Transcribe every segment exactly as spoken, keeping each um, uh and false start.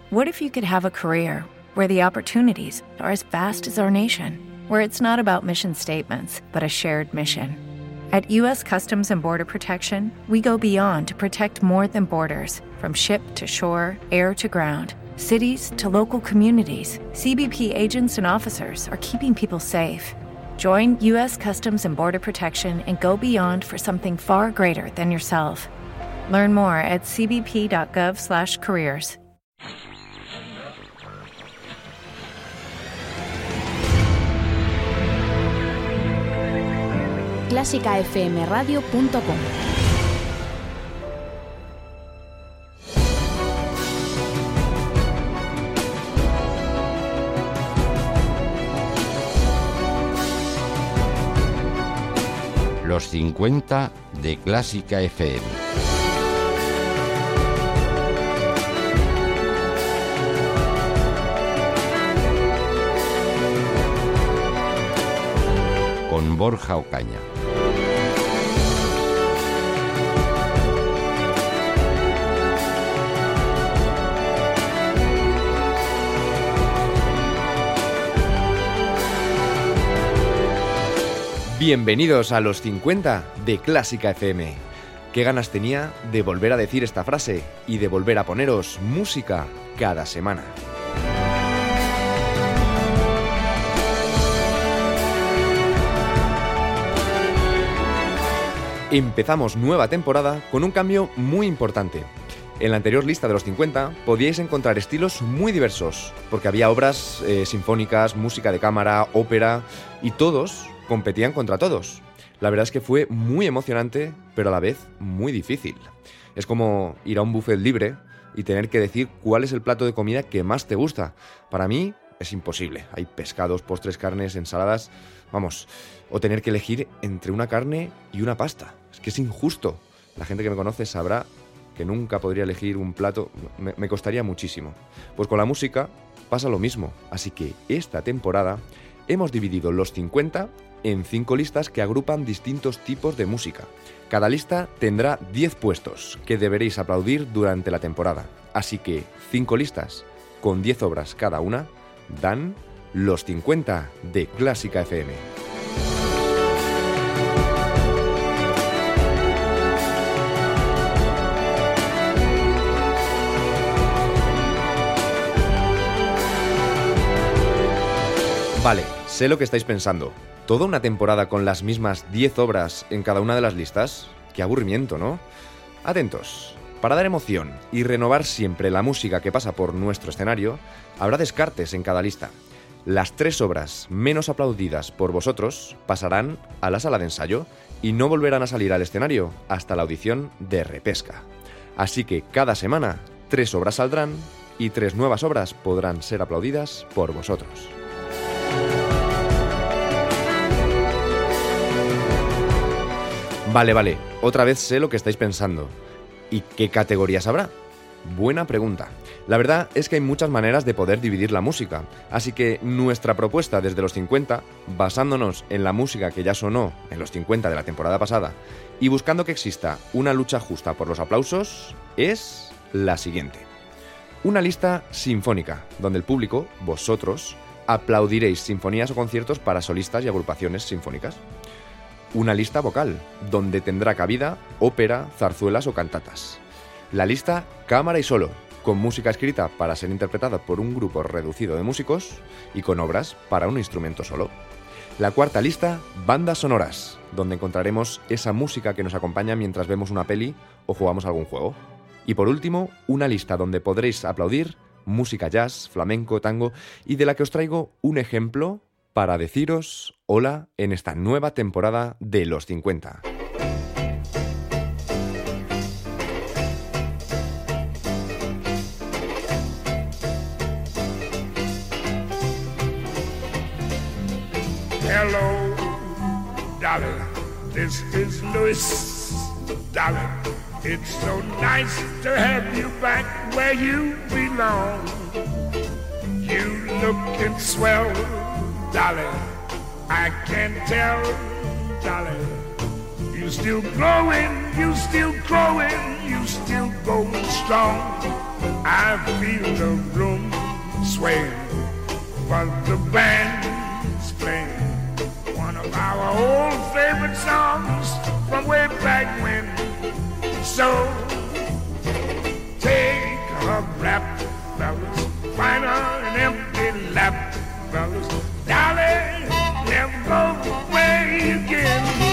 What if you could have a career where the opportunities are as vast as our nation, where it's not about mission statements, but a shared mission? At U S Customs and Border Protection, we go beyond to protect more than borders. From ship to shore, air to ground, cities to local communities, C B P agents and officers are keeping people safe. Join U S Customs and Border Protection and go beyond for something far greater than yourself. Learn more at c b p dot gov slash careers. clásica f m radio punto com. Los cincuenta de Clásica F M. Con Borja Ocaña. Bienvenidos a los cincuenta de Clásica F M. Qué ganas tenía de volver a decir esta frase y de volver a poneros música cada semana. Empezamos nueva temporada con un cambio muy importante. En la anterior lista de los cincuenta podíais encontrar estilos muy diversos, porque había obras eh, sinfónicas, música de cámara, ópera, y todos competían contra todos. La verdad es que fue muy emocionante, pero a la vez muy difícil. Es como ir a un buffet libre y tener que decir cuál es el plato de comida que más te gusta. Para mí es imposible. Hay pescados, postres, carnes, ensaladas, vamos, o tener que elegir entre una carne y una pasta. Es que es injusto. La gente que me conoce sabrá que nunca podría elegir un plato, me, me costaría muchísimo. Pues con la música pasa lo mismo, así que esta temporada hemos dividido los cincuenta en cinco listas que agrupan distintos tipos de música. Cada lista tendrá diez puestos que deberéis aplaudir durante la temporada. Así que cinco listas con diez obras cada una dan los cincuenta de Clásica F M. Vale, sé lo que estáis pensando. ¿Toda una temporada con las mismas diez obras en cada una de las listas? ¡Qué aburrimiento!, ¿no? Atentos. Para dar emoción y renovar siempre la música que pasa por nuestro escenario, habrá descartes en cada lista. Las tres obras menos aplaudidas por vosotros pasarán a la sala de ensayo y no volverán a salir al escenario hasta la audición de repesca. Así que cada semana tres obras saldrán y tres nuevas obras podrán ser aplaudidas por vosotros. Vale, vale, otra vez sé lo que estáis pensando. ¿Y qué categorías habrá? Buena pregunta. La verdad es que hay muchas maneras de poder dividir la música, así que nuestra propuesta desde los cincuenta, basándonos en la música que ya sonó en los cincuenta de la temporada pasada y buscando que exista una lucha justa por los aplausos, es la siguiente. Una lista sinfónica, donde el público, vosotros, aplaudiréis sinfonías o conciertos para solistas y agrupaciones sinfónicas. Una lista vocal, donde tendrá cabida ópera, zarzuelas o cantatas. La lista cámara y solo, con música escrita para ser interpretada por un grupo reducido de músicos y con obras para un instrumento solo. La cuarta lista, bandas sonoras, donde encontraremos esa música que nos acompaña mientras vemos una peli o jugamos algún juego. Y por último, una lista donde podréis aplaudir música jazz, flamenco, tango y de la que os traigo un ejemplo para deciros hola en esta nueva temporada de los cincuenta. Hello, darling, this is Louis, darling. It's so nice to have you back where you belong. You looking swell, darling, I can tell, darling. You still growing, you still growing, you still going strong. I feel the room sway, but the band's playing one of our old favorite songs from way back when. So take a rap, fellas, find her an empty lap, fellas, darling, never go away again.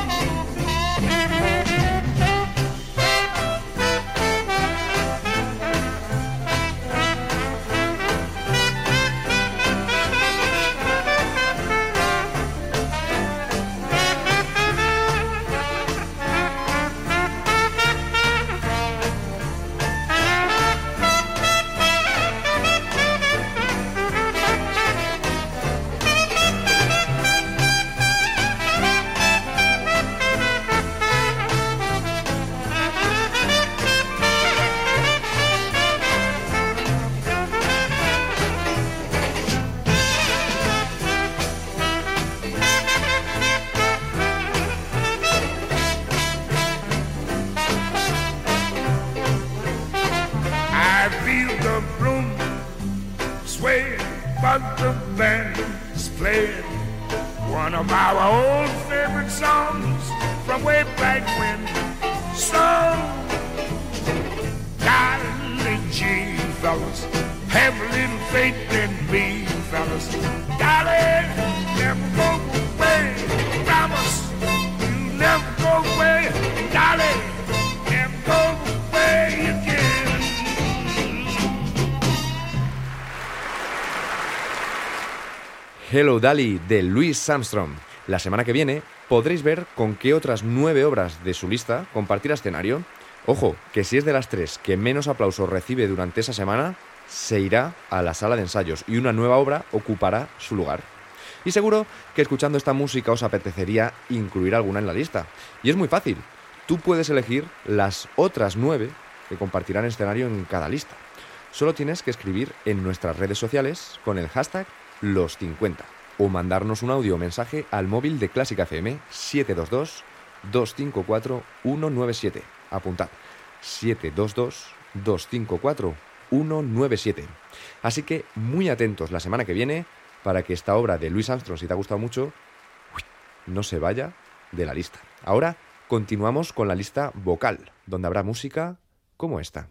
Hello Dolly de Louis Armstrong. La semana que viene podréis ver con qué otras nueve obras de su lista compartirá escenario. Ojo, que si es de las tres que menos aplausos recibe durante esa semana, se irá a la sala de ensayos y una nueva obra ocupará su lugar. Y seguro que escuchando esta música os apetecería incluir alguna en la lista. Y es muy fácil. Tú puedes elegir las otras nueve que compartirán escenario en cada lista. Solo tienes que escribir en nuestras redes sociales con el hashtag los cincuenta o mandarnos un audio o mensaje al móvil de Clásica F M siete dos dos, dos cinco cuatro, uno nueve siete. Apuntad, siete dos dos, dos cinco cuatro, uno nueve siete. Así que muy atentos la semana que viene para que esta obra de Louis Armstrong, si te ha gustado mucho, no se vaya de la lista. Ahora continuamos con la lista vocal, donde habrá música como esta.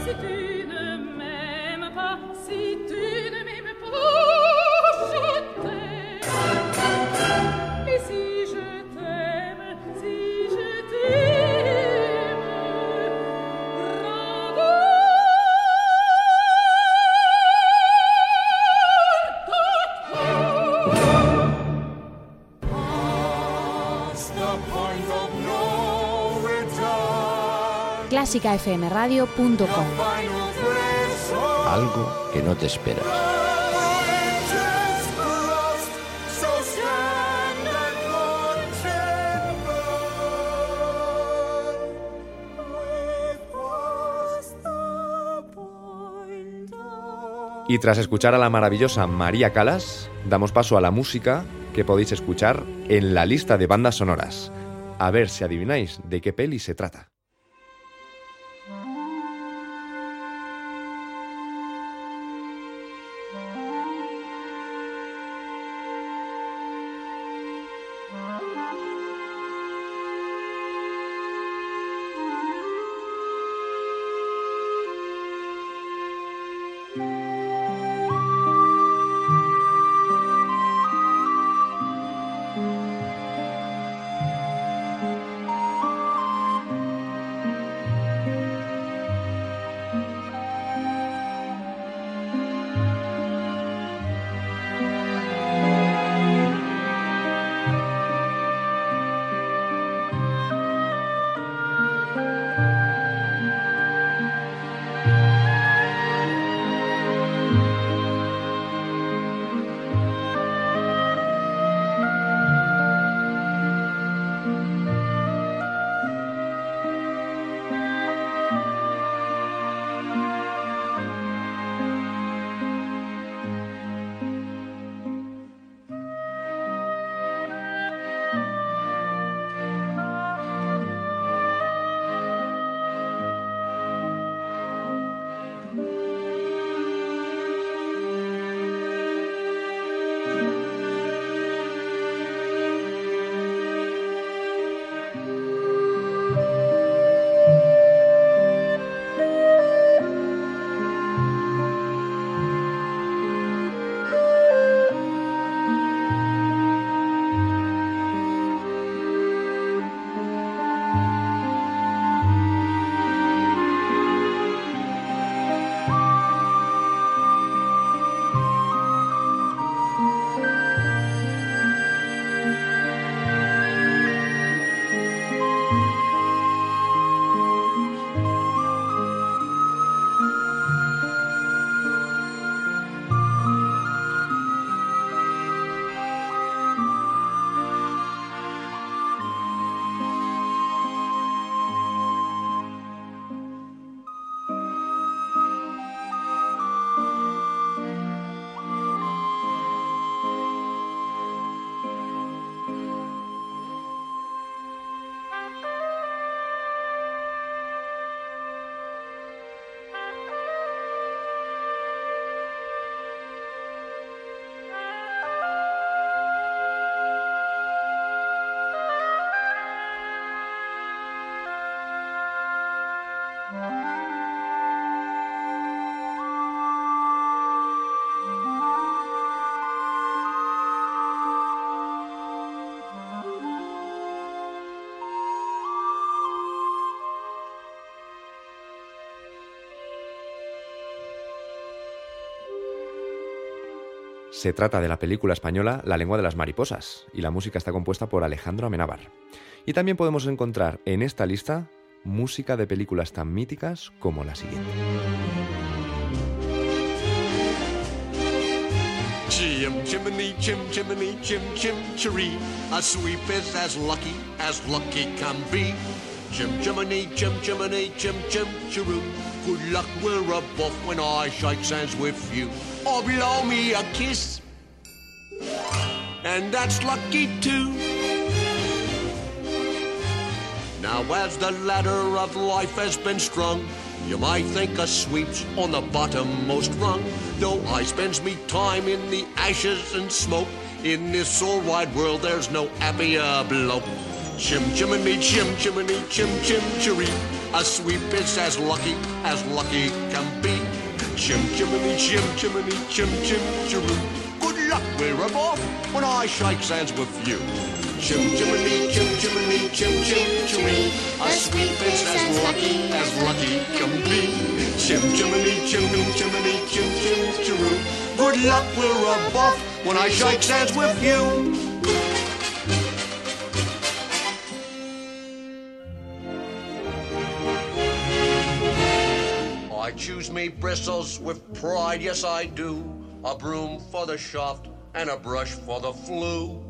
clásica f m radio punto com. Algo que no te esperas. Y tras escuchar a la maravillosa María Callas, damos paso a la música que podéis escuchar en la lista de bandas sonoras. A ver si adivináis de qué peli se trata. Se trata de la película española La lengua de las mariposas, y la música está compuesta por Alejandro Amenábar. Y también podemos encontrar en esta lista música de películas tan míticas como la siguiente. Chim chimney, chim chimney, chim chim chiree. A sweep is as lucky as lucky can be. Chim chimney, chim chimney, chim chim chiroo. Good luck will rub off when I shake hands with you. Or blow me a kiss, and that's lucky too. Now as the ladder of life has been strung, you might think a sweep's on the bottommost rung. Though I spends me time in the ashes and smoke, in this all wide world there's no happier bloke. Chim chimney, chim chimney, chim chim chiree. A sweep is as lucky as lucky can be. Chim chimney, chim chimney, chim chim chiroo. Good luck, we're off when I shake hands with you. Chim chimney, chim chimney, chim chim chiroo. A sweep is as lucky as lucky can be. Chim chimney, chim chimney, chim chim chiroo. Good luck, we're off when I shake hands with you. I choose me bristles with pride, yes I do. A broom for the shaft and a brush for the flue.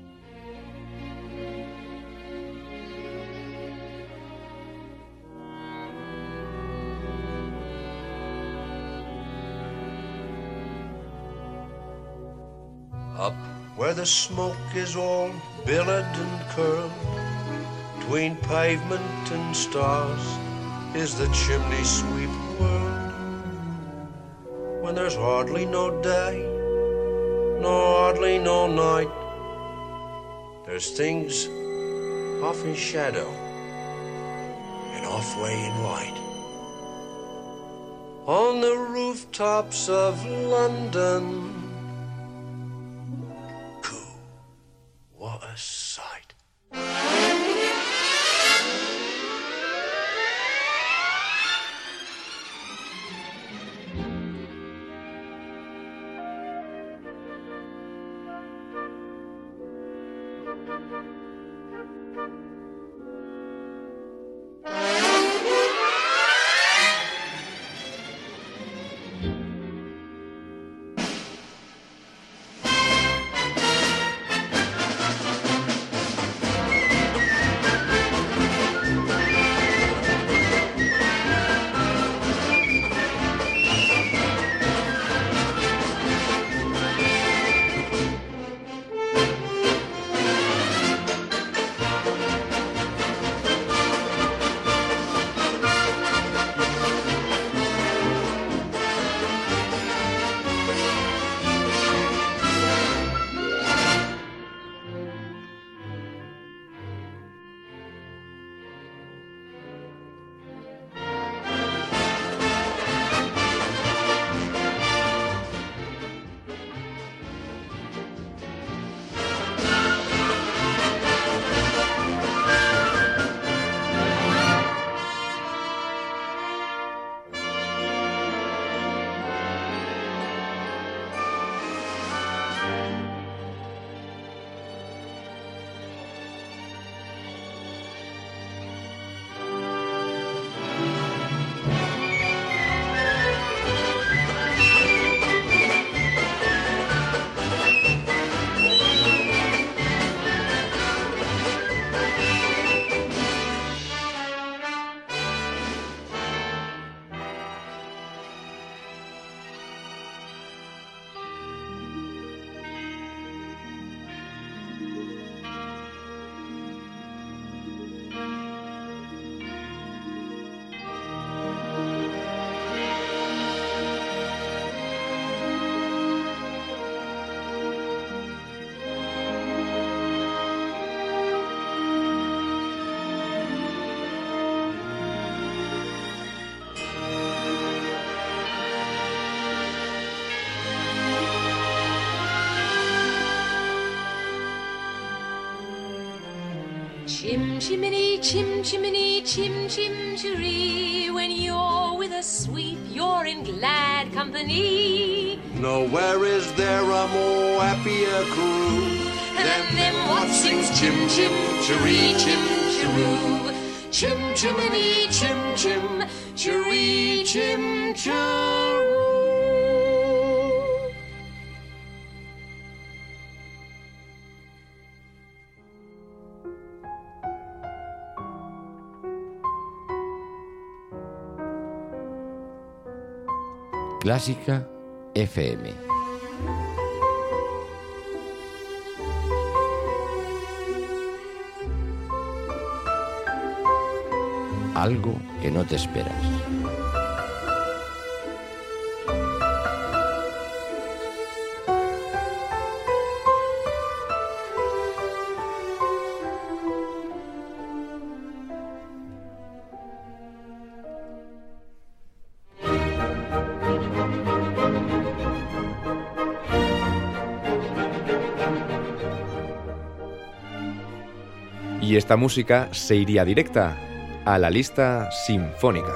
Up where the smoke is all billowed and curled, between pavement and stars is the chimney sweep world. When there's hardly no day, no hardly no night, there's things off in shadow and off way in light. On the rooftops of London, cool, what a sight. Chim chimney, chim chimney, chim chim chiree. When you're with a sweep, you're in glad company. Nowhere is there a more happier crew than them what sings chim chim chiree, chim chiroo. Chim chimney, chim chim chiree, chim chiroo. Clásica F M. Algo que no te esperas. Y esta música se iría directa a la lista sinfónica.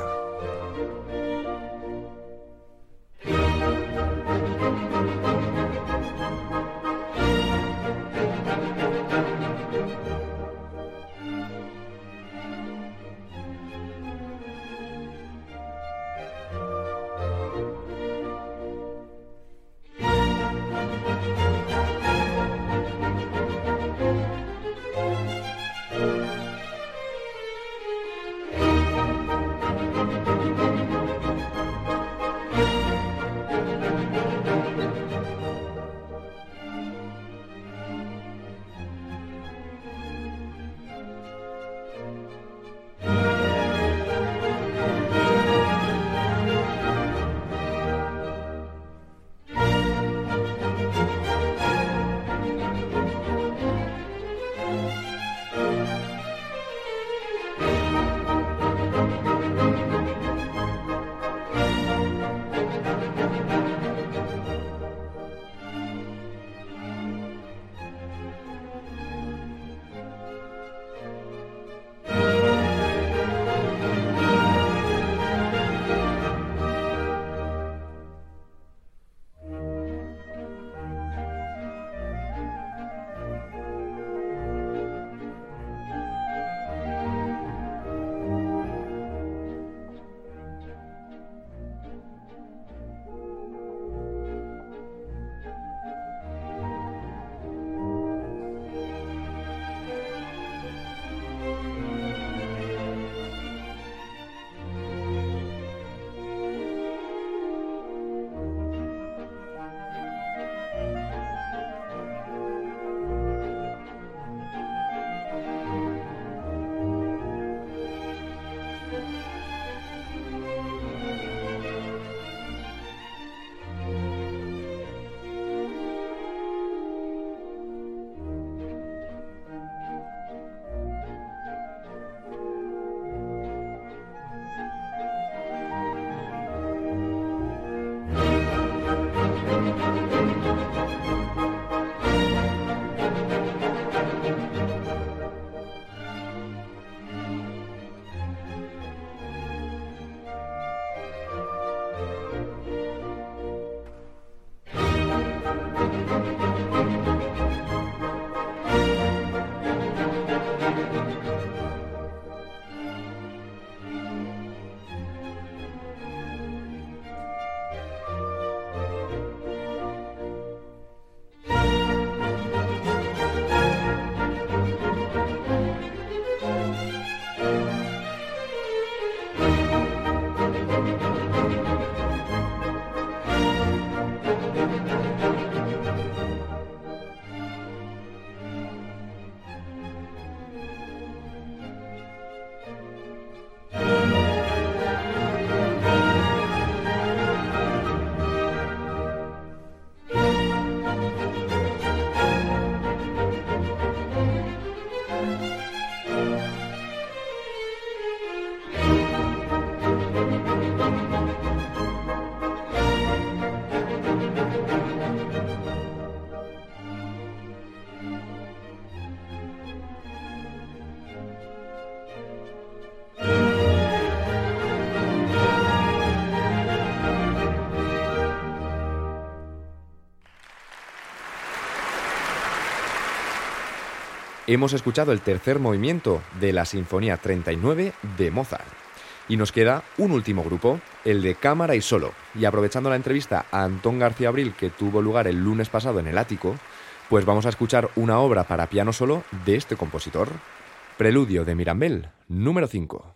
Hemos escuchado el tercer movimiento de la Sinfonía treinta y nueve de Mozart. Y nos queda un último grupo, el de cámara y solo. Y aprovechando la entrevista a Antón García Abril que tuvo lugar el lunes pasado en el Ático, pues vamos a escuchar una obra para piano solo de este compositor, Preludio de Mirambel, número cinco.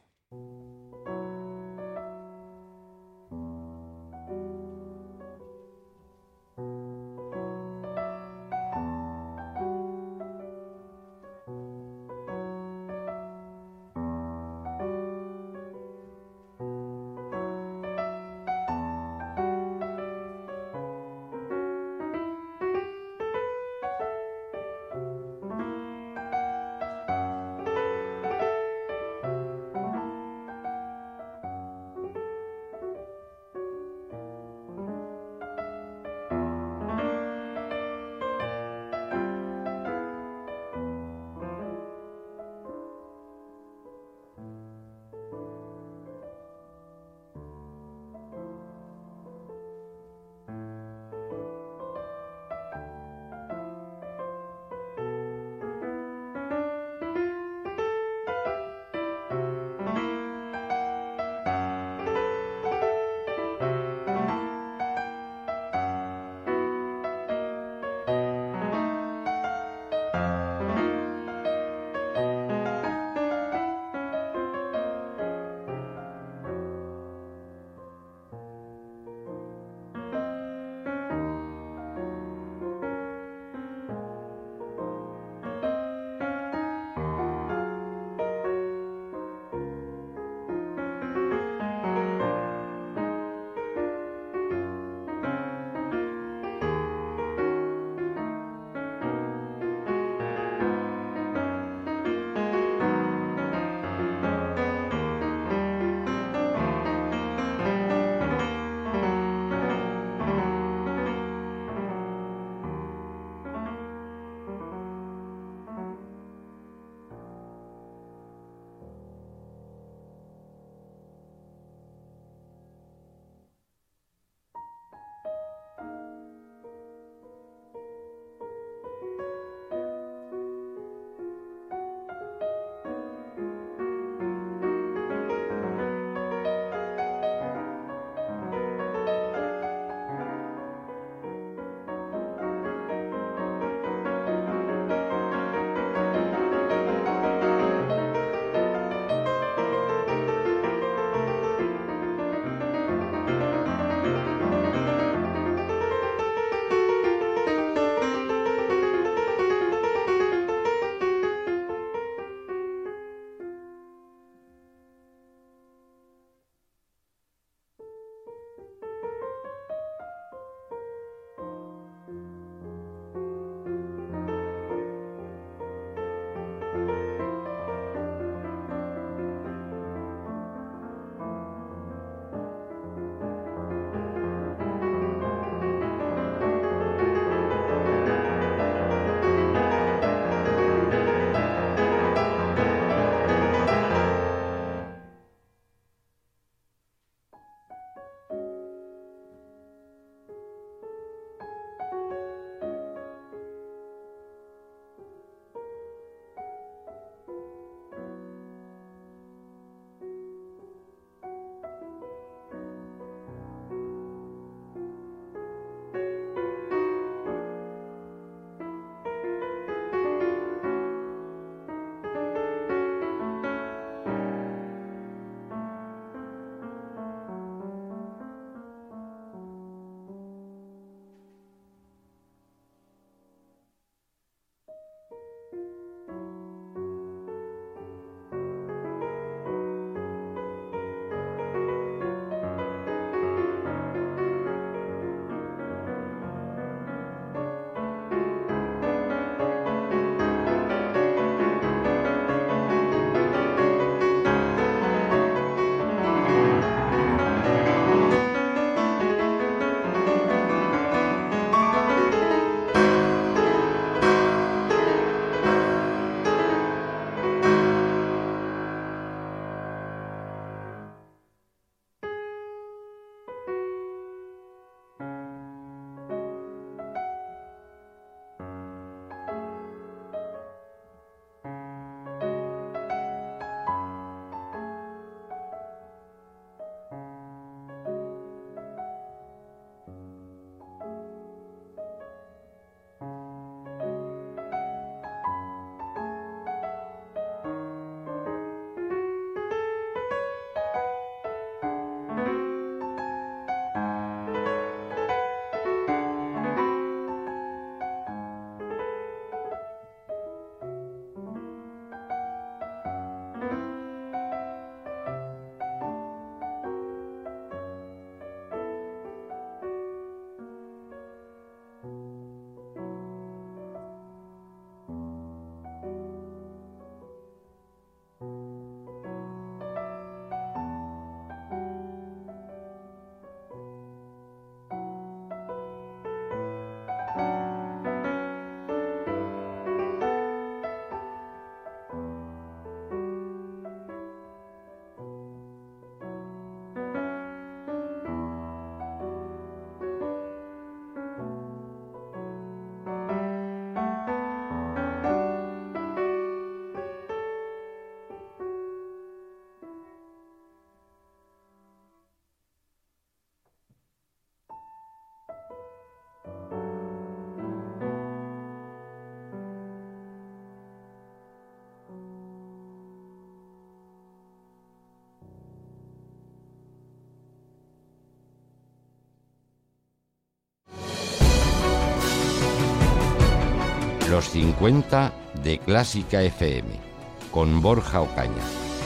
Los cincuenta de Clásica F M, con Borja Ocaña.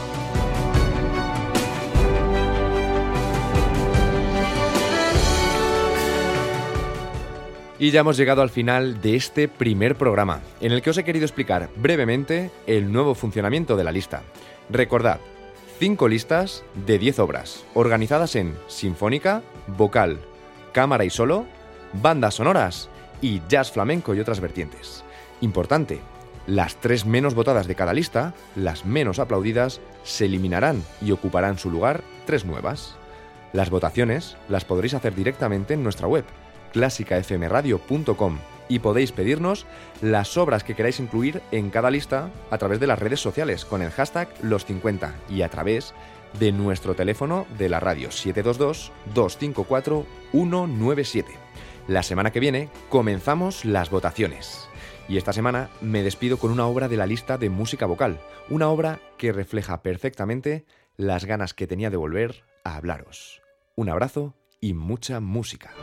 Y ya hemos llegado al final de este primer programa, en el que os he querido explicar brevemente el nuevo funcionamiento de la lista. Recordad, cinco listas de diez obras, organizadas en sinfónica, vocal, cámara y solo, bandas sonoras y jazz flamenco y otras vertientes. Importante, las tres menos votadas de cada lista, las menos aplaudidas, se eliminarán y ocuparán su lugar tres nuevas. Las votaciones las podréis hacer directamente en nuestra web, clásica f m radio punto com, y podéis pedirnos las obras que queráis incluir en cada lista a través de las redes sociales con el hashtag los cincuenta y a través de nuestro teléfono de la radio siete dos dos, dos cinco cuatro, uno nueve siete. La semana que viene comenzamos las votaciones. Y esta semana me despido con una obra de la lista de música vocal, una obra que refleja perfectamente las ganas que tenía de volver a hablaros. Un abrazo y mucha música.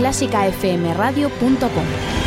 clásica f m radio punto com.